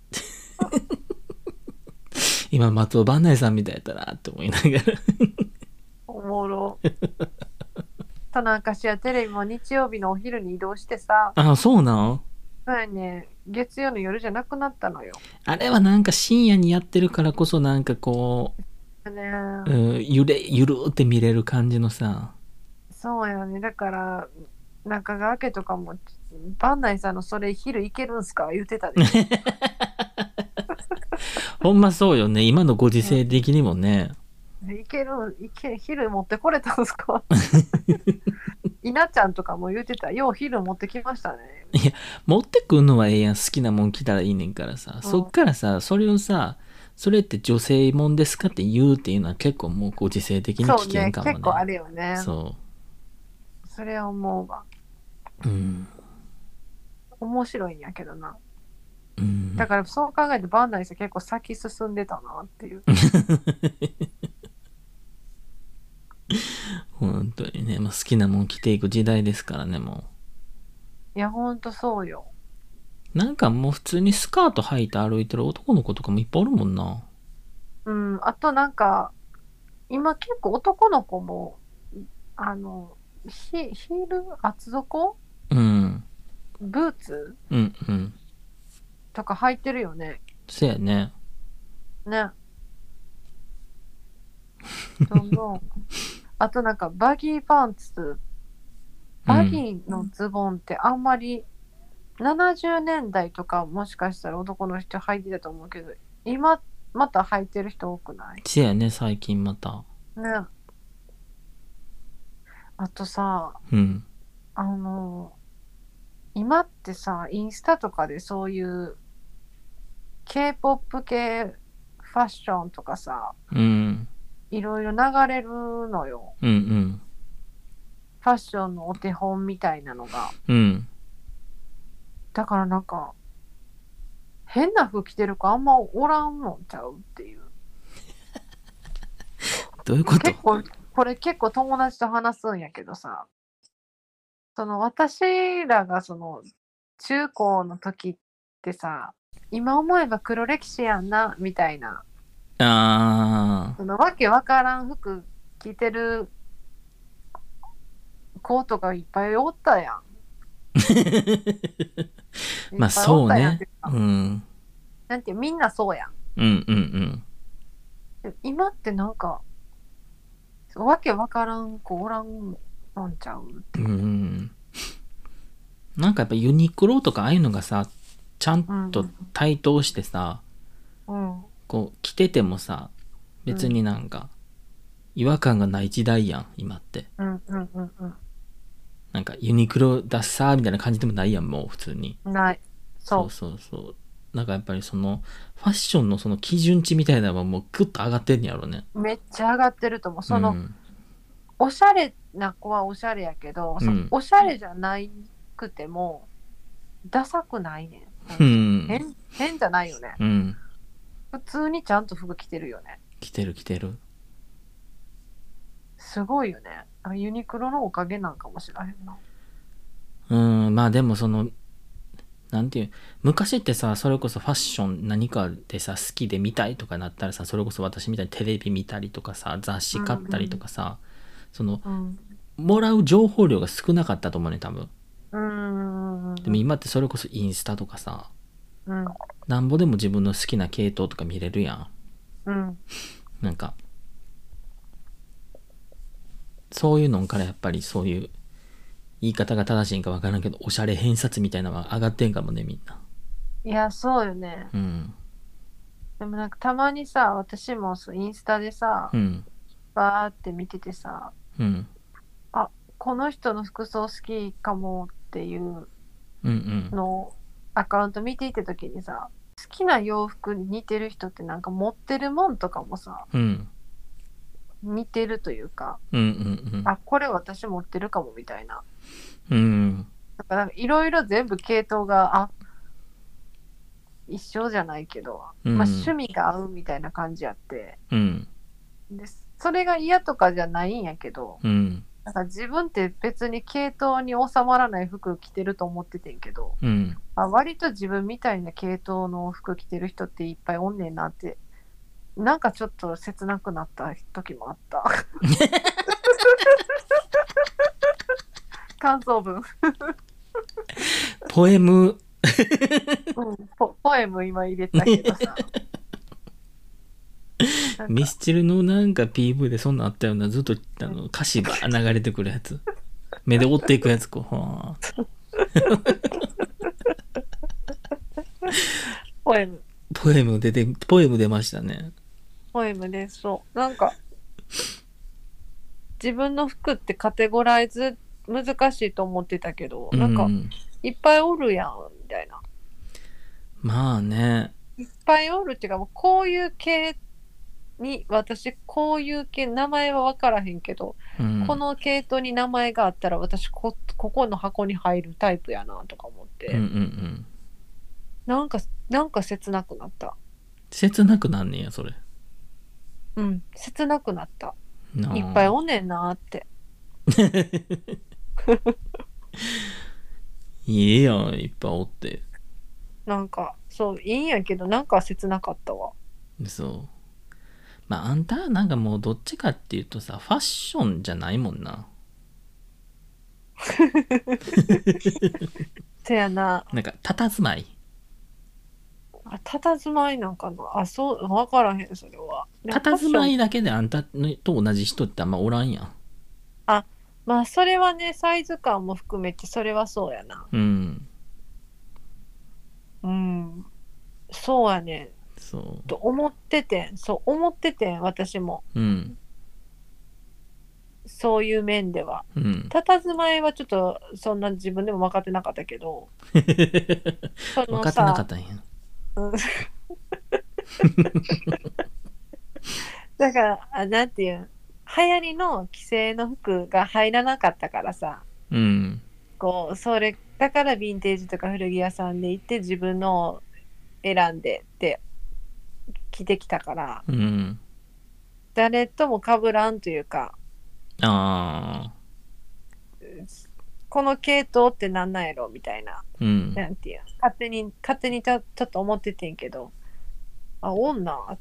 S1: 今、松尾伴内さんみたいやったなって思いながら。
S2: おもろ。田中市やテレビも日曜日のお昼に移動してさ、
S1: あ、そうなん？
S2: そうやね、月曜の夜じゃなくなったのよ。
S1: あれはなんか深夜にやってるからこそなんかこ
S2: ね、
S1: う、うん、ゆれ、ゆるーって見れる感じのさ。
S2: そうやね。だから、中川家とかも、番内さんのそれ昼行けるんすか言ってたで。
S1: ほんまそうよね。今のご時世的にもね。
S2: 行ける、行け、昼持ってこれたんすか稲ちゃんとかも言ってた。よう昼持ってきましたね。
S1: いや、持ってくんのはええやん。好きなもん着たらいいねんからさ。
S2: うん、
S1: そっからさ、それをさ、それって女性もんですかって言うっていうのは結構もうご時世的に危険かもね。
S2: そうね、結構あるよね。
S1: そ
S2: それは思うわ。
S1: う。うん。
S2: 面白いんやけどな。
S1: うん、
S2: だからそう考えてバンダイさん結構先進んでたなっていう。
S1: 本当にね、まあ、好きなもん着ていく時代ですからね、も
S2: いや、ほんとそうよ。
S1: う。なんかもう普通にスカート履いて歩いてる男の子とかもいっぱいおるもんな。
S2: うん、あとなんか、今結構男の子も、あの、ヒ、ヒール厚底
S1: うん。
S2: ブーツ
S1: うんうん。
S2: とか履いてるよね。
S1: せやね。
S2: ね。どんどん。あとなんかバギーパンツ、バギーのズボンってあんまりななじゅうねんだいとかもしかしたら男の人履いてたと思うけど、今また履いてる人多くない？
S1: せやね、最近また。
S2: ね。あとさ、
S1: うん。
S2: あの、今ってさ、インスタとかでそういう K-ケーポップ 系ファッションとかさ、
S1: うん。
S2: いろいろ流れるのよ。
S1: うんうん。
S2: ファッションのお手本みたいなのが。
S1: うん。
S2: だからなんか、変な服着てる子あんまおらんのちゃうっていう。
S1: どういうこと？
S2: 結構、これ結構友達と話すんやけどさ、その私らがその中高の時ってさ、今思えば黒歴史やんな、みたいな。
S1: あ
S2: そのわけわからん服着てる子とかいっぱいおったやん。
S1: ー。まあ
S2: いっぱいおったやんっ
S1: そうね。
S2: てさ、
S1: うん。
S2: なんてみんなそうやん。
S1: うんうん
S2: で今ってなんか、わけわからん子おらんのんちゃうって
S1: うん。う
S2: いう。
S1: ん。なんかやっぱユニクロとかああいうのがさ、ちゃん
S2: うん
S1: と対等してさ、
S2: うん
S1: こう着ててもさ、別になんか違和感がない時代やん、今って。
S2: うんうんうんうん
S1: なんかユニクロだっさーみたいな感じでもないやん、もう普通に。
S2: ない。
S1: そう
S2: そ
S1: そうそう。なんかやっぱりその、ファッションのその基準値みたいなのはもうグッと上がってんやろね。
S2: う。めっちゃ上がってると思う。その、
S1: うん。
S2: おしゃれな子はおしゃれやけど、そ
S1: うん
S2: おしゃれじゃないくても、ダサくないねん。
S1: うん
S2: 変、変じゃないよね。
S1: うん。
S2: 普通にちゃんと服着てるよね。
S1: 来てる来てる。
S2: すごいよね。あユニクロのおかげなんかもしらへんな。
S1: うん、まあでもその、なんていう、昔ってさ、それこそファッション何かでさ、好きで見たいとかなったらさ、それこそ私みたいにテレビ見たりとかさ、雑誌買ったりとかさ、その、
S2: うん。
S1: もらう情報量が少なかったと思うね、多分。
S2: うん。
S1: でも今ってそれこそインスタとかさ、
S2: うん。
S1: なんぼでも自分の好きな系統とか見れるやん。
S2: うん。
S1: なんか、そういうのからやっぱりそういう、言い方が正しいんかわからんけど、おしゃれ偏差値みたいなのが上がってんかもね、みんな。
S2: いや、そうよね。
S1: うん。
S2: でもなんかたまにさ、私もそうインスタでさ、
S1: うん。
S2: バーって見ててさ、
S1: うん。
S2: あ、この人の服装好きかもっていう
S1: うんうん。
S2: のをアカウント見ていた時にさ、好きな洋服に似てる人ってなんか持ってるもんとかもさ、
S1: うん。
S2: 似てるというか、
S1: うんうんうん。
S2: あ、これ私持ってるかもみたいな。
S1: うん。
S2: だからいろいろ全部系統が、あ、一緒じゃないけど、
S1: うん。
S2: まあ趣味が合うみたいな感じやって、
S1: うん。
S2: で、それが嫌とかじゃないんやけど、
S1: うん。
S2: なんか自分って別に系統に収まらない服着てると思っててんけど、
S1: うん。
S2: あ、割と自分みたいな系統の服着てる人っていっぱいおんねんなって、なんかちょっと切なくなった時もあった。感想文。
S1: ポエム。
S2: うん、ポポエム今入れたけどさ。
S1: ミスチルのなんか ピーブイ でそんなあったような、ずっとあの歌詞が流れてくるやつ。目で追っていくやつ、こう。は
S2: ポエム。
S1: ポエム出て、ポエム出ましたね。
S2: ポエムで、そう。なんか、自分の服ってカテゴライズ難しいと思ってたけど、
S1: う
S2: なんか、
S1: ん。
S2: いっぱいおるやん、みたいな。
S1: まあね。
S2: いっぱいおるっていうか、もうこういう系に、私、こういう系、名前は分からへんけど、
S1: うん。
S2: この系統に名前があったら、私こ、ここの箱に入るタイプやな、とか思っ
S1: うんうんう
S2: て、
S1: ん。
S2: なんか、なんか切なくなった。
S1: 切なくなんねや、それ。
S2: うん、切なくなった。
S1: なあ。
S2: いっぱいおんねんなーって。
S1: いいやん、いっぱいおって。
S2: なんか、そう、いいんやけど、なんか切なかったわ。
S1: そう。まあ、あんたはなんかもうどっちかっていうとさ、ファッションじゃないもんな。
S2: せやな。
S1: なんか、佇まい。
S2: あ、佇まいなんかな。あ、そう、わからへん、それは。でもファッション、
S1: 佇まいだけであんたのと同じ人ってあんまおらんやん。
S2: あ、まあ、それはね、サイズ感も含めて、それはそうやな。
S1: うん。
S2: うん。そうやね。
S1: そ
S2: と思っててん。そう、思っててん、私も。
S1: う。うん。
S2: そういう面では。
S1: うん。
S2: 佇まいはちょっと、そんな自分でも分かってなかったけど、そ
S1: 分かってなか
S2: のさ、
S1: ったんや。
S2: うん、だから、あ、なんていうん、流行りの既製の服が入らなかったからさ、
S1: うん。
S2: こう、それ、だからヴィンテージとか古着屋さんで行って自分のを選んでって着てきたから、
S1: うん。
S2: 誰とも被らんというか、
S1: ああ。
S2: この系統ってなんなんやろみたいな、
S1: うん。
S2: なんていう勝手に、勝手にちょちょっと思っててんけど、あ、おんなって。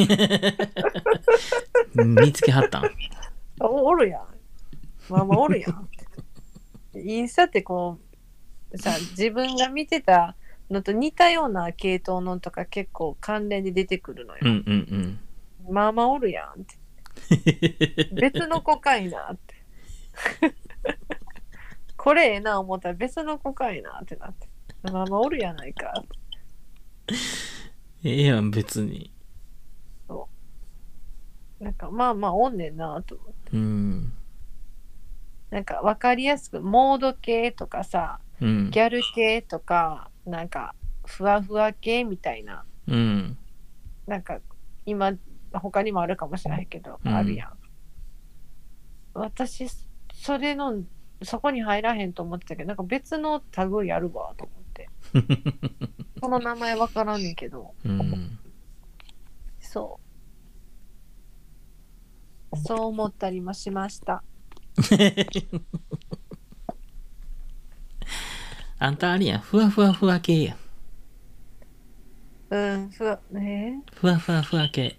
S1: 見つけはったん。
S2: お、おるやん。まあまあおるやんって。インスタってこう、さ、自分が見てたのと似たような系統のとか結構関連で出てくるのよ。
S1: うんうん
S2: まあまあおるやんって。別の子かいなって。これええな思ったら別の子かいなってなって。まあまあおるやないか。
S1: ええやん、別に。
S2: そう。なんかまあまあおんねんなと思って。
S1: うん。
S2: なんかわかりやすくモード系とかさ、
S1: うん。
S2: ギャル系とか、なんかふわふわ系みたいな。
S1: うん。
S2: なんか今他にもあるかもしれないけど、
S1: うん、
S2: あるやん。私、それの、そこに入らへんと思ってたけど、なんか別の類あるわと思って。その名前わからんねんけど、
S1: うん。
S2: そう。そう思ったりもしました。
S1: あんたあれやん、ふわふわふわ系やん。
S2: うん、ふわ、ね
S1: ふわふわふわ系。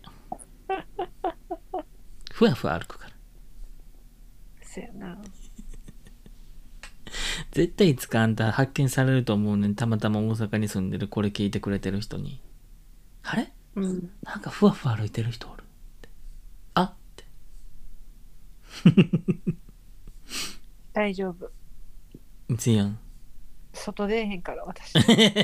S1: ふわふわ歩くから。
S2: え。そやな。
S1: 絶対いつかあんた発見されると思うねん。たまたま大阪に住んでるこれ聞いてくれてる人に。あれ
S2: うん。
S1: なんかふわふわ歩いてる人おる。あって。
S2: 大丈夫。
S1: いつやん。
S2: 外出えへんから、私。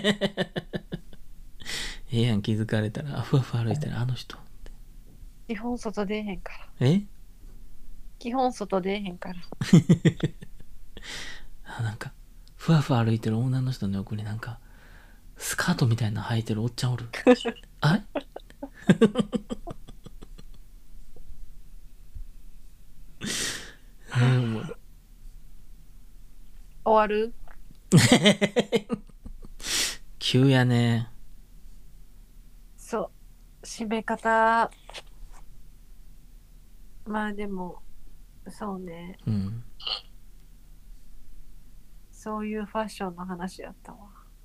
S1: ええやん、気づかれたら、あ、ふわふわ歩いてるあの人。
S2: 基本外出えへんから。
S1: え
S2: 基本外出えへんから。
S1: あ、なんか、ふわふわ歩いてる女の人の横になんか、スカートみたいなの履いてるおっちゃんおる。あれ
S2: 終わる？
S1: 急やね。
S2: そう。締め方。まあでも、そうね。
S1: うん。
S2: そういうファッションの話やったわ。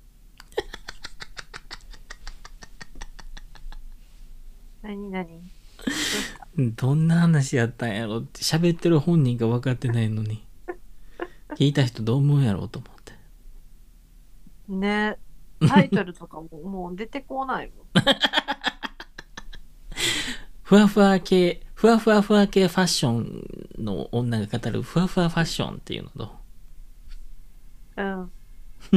S2: 何何？
S1: どんな話やったんやろって喋ってる本人が分かってないのに。聞いた人どう思うやろうと思って。
S2: ね。タイトルとかももう出てこないもん。
S1: ふわふわ系、ふわふわふわ系ファッションの女が語るふわふわファッションっていうのと。
S2: うん。フ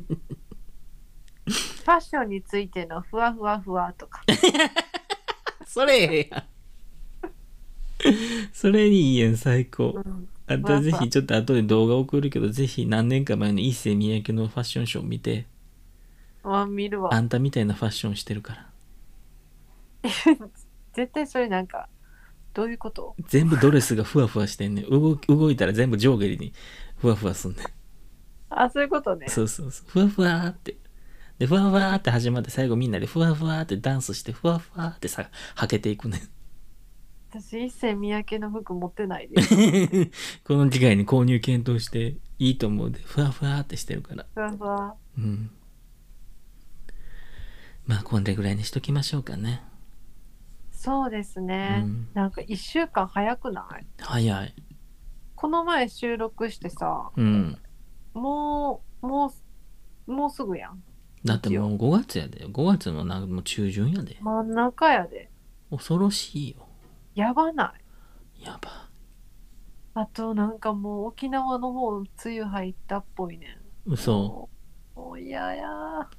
S2: ァッションについてのふわふわふわとか。
S1: それええやん。それにいいやん、最高。うん、あとぜひちょっと後で動画送るけど、ぜひ何年か前の一世三宅のファッションショー見て。
S2: あ、見るわ。
S1: あんたみたいなファッションしてるから。
S2: 絶対それなんか、どういうこと？
S1: 全部ドレスがふわふわしてんねん。動動いたら全部上下にふわふわすんねん。
S2: あ、そういうことね。
S1: そうそうそう。ふわふわーって。で、ふわふわーって始まって最後みんなでふわふわーってダンスしてふわふわーってさ、はけていくねん。
S2: 私一世三宅の服持ってないで。
S1: この機会に購入検討していいと思うで、ふわふわーってしてるから。
S2: ふわふわ。
S1: うん。まあ、こんれぐらいにしときましょうかね。
S2: そうですね。うん、なんかいっしゅうかん早くない？
S1: 早い。
S2: この前収録してさ、
S1: うん。
S2: もう、もう、もうすぐやん。
S1: だってもうごがつやで。ごがつのなんかもう中旬やで。
S2: 真ん中やで。
S1: 恐ろしいよ。
S2: やばない？
S1: やば。
S2: あとなんかもう沖縄の方梅雨入ったっぽいね
S1: ん。嘘。
S2: もう嫌や。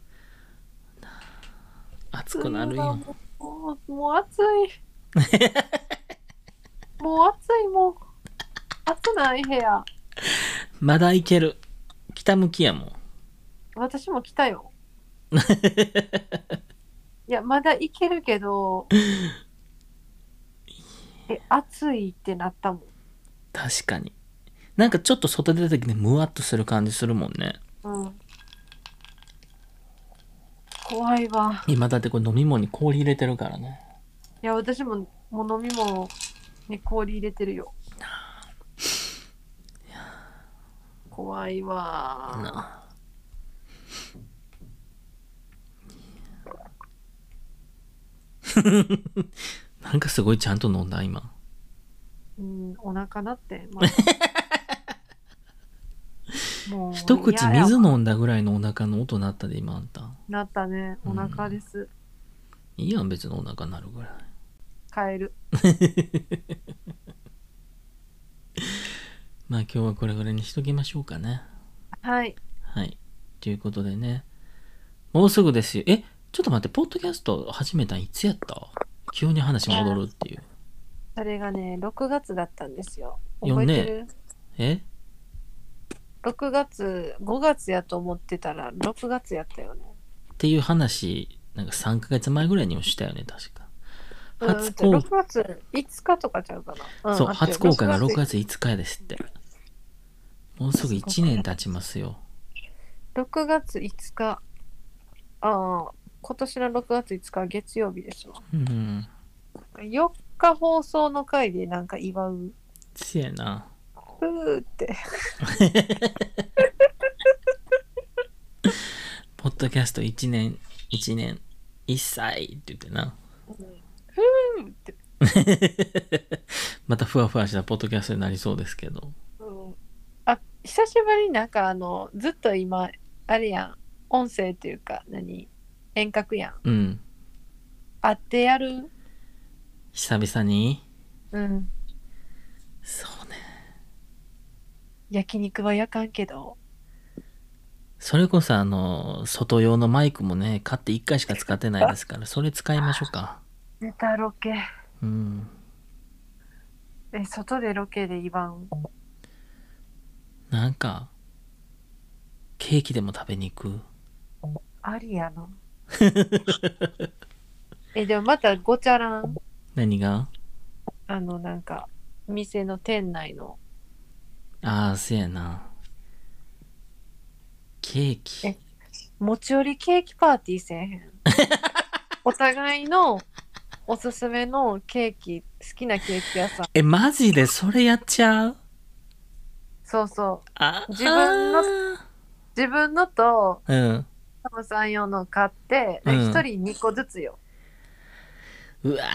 S1: 暑くなるよ。
S2: もう、もう暑い。もう暑いもん。暑ない部屋。
S1: まだいける。北向きやもん。
S2: 私も来たよ。いや、まだいけるけど、え、暑いってなったもん。
S1: 確かに。なんかちょっと外出た時にムワっとする感じするもんね。
S2: うん。怖いわ。
S1: 今だってこれ飲み物に氷入れてるからね。
S2: いや、私ももう飲み物に氷入れてるよ。怖いわな。なんかすごいちゃんと飲んだ今。うん、お腹なって、まもう一口水飲んだぐらいのお腹の音なったで今あんた。なったね、お腹です。うん、いいやん別にお腹なるぐらい。帰る。まあ今日はこれぐらいにしときましょうかね。はい。はい。ということでね。もうすぐですよ。え、ちょっと待って、ポッドキャスト始めたんいつやった？急に話戻るっていう。それがね、ろくがつだったんですよ。覚えてる？え？ろくがつ、ごがつやと思ってたらろくがつやったよね。っていう話、なんかさんかげつまえぐらいにもしたよね、確か。初公、うん、ろくがついつかとかちゃうかな。うん、そう、初公開がろくがついつかですって。もうすぐいちねん経ちますよ。ろくがついつか。ああ、今年のろくがついつか月曜日ですわ。うん。よっか放送の回でなんか祝う。せやな。うーって。ポッドキャストいちねん、いちねん、いっさいって言ってな。うん、ふーって。またふわふわしたポッドキャストになりそうですけど。うん、あ、久しぶりになんかあの、ずっと今、あれやん、音声っていうか、何遠隔やん。うん。会ってやる？久々に？うん。そうね。焼肉は焼かんけど。それこそあの、外用のマイクもね、買っていっかいしか使ってないですから、それ使いましょうか。ネタロケ。うん。え、外でロケで言わん？なんか、ケーキでも食べに行く？ありやな。え、でもまたごちゃらん？何が？あの、なんか、店の店内の。ああ、せやな。
S1: ケーキ。
S2: え、持ち寄りケーキパーティーせえへん。お互いのおすすめのケーキ、好きなケーキ屋さん。
S1: え、マジでそれやっちゃう？
S2: そうそ
S1: あ
S2: う。自分の、
S1: あ
S2: 自分のと、
S1: ーうん。
S2: タムさん用の買って、
S1: うん
S2: 一人にこずつよ。
S1: うわ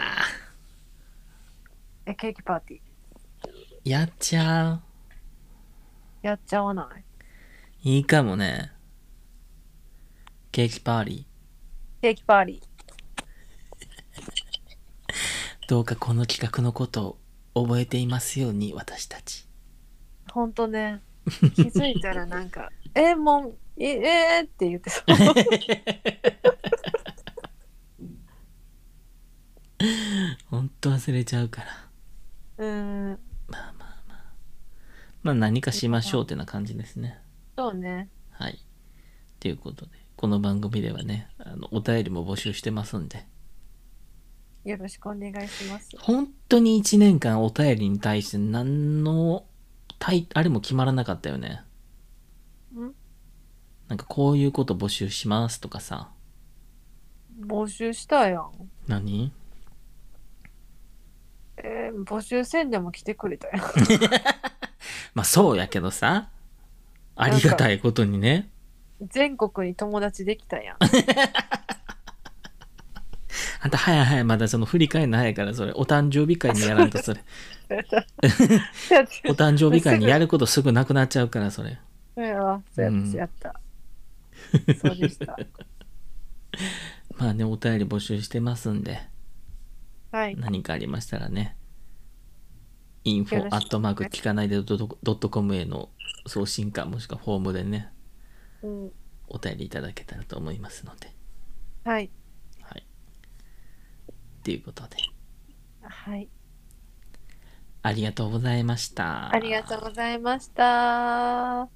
S2: え、ケーキパーティー。
S1: ーやっちゃ
S2: やっちゃわない？
S1: う。いいかもね。ケーキパーリ
S2: ケーキパーリー。
S1: ー。どうかこの企画のことを覚えていますように、私たち。
S2: ほんとね。気づいたらなんか、え、もう、え、えー、って言ってそう。
S1: ほんと忘れちゃうから。
S2: うーん。
S1: まあまあまあ。まあ何かしましょうってな感じですね。
S2: そうね。
S1: はい。ということで、この番組ではね、あの、お便りも募集してますんで。
S2: よろしくお願いします。
S1: 本当にいちねんかんお便りに対して何の、たいあれも決まらなかったよね。
S2: ん
S1: なんかこういうこと募集しますとかさ。
S2: 募集したやん。
S1: 何？
S2: えー、募集せんでも来てくれたやん。
S1: まあそうやけどさ。ありがたいことにね。
S2: 全国に友達できたやん。
S1: あんた早い早い、まだその振り返るの早いから、それ、お誕生日会にやらんと、それ。お誕生日会にやることすぐなくなっちゃうから、それ。
S2: そうやわ、そうやった、そうやった。そうでした。
S1: まあね、お便り募集してますんで、
S2: はい。
S1: 何かありましたらね、インフォアットマーク聞かないでドットコムへの送信か、もしくはフォームでね、
S2: うん。
S1: お便りいただけたらと思いますので。
S2: はい。
S1: はい。ということで。
S2: はい。
S1: ありがとうございました。
S2: ありがとうございました。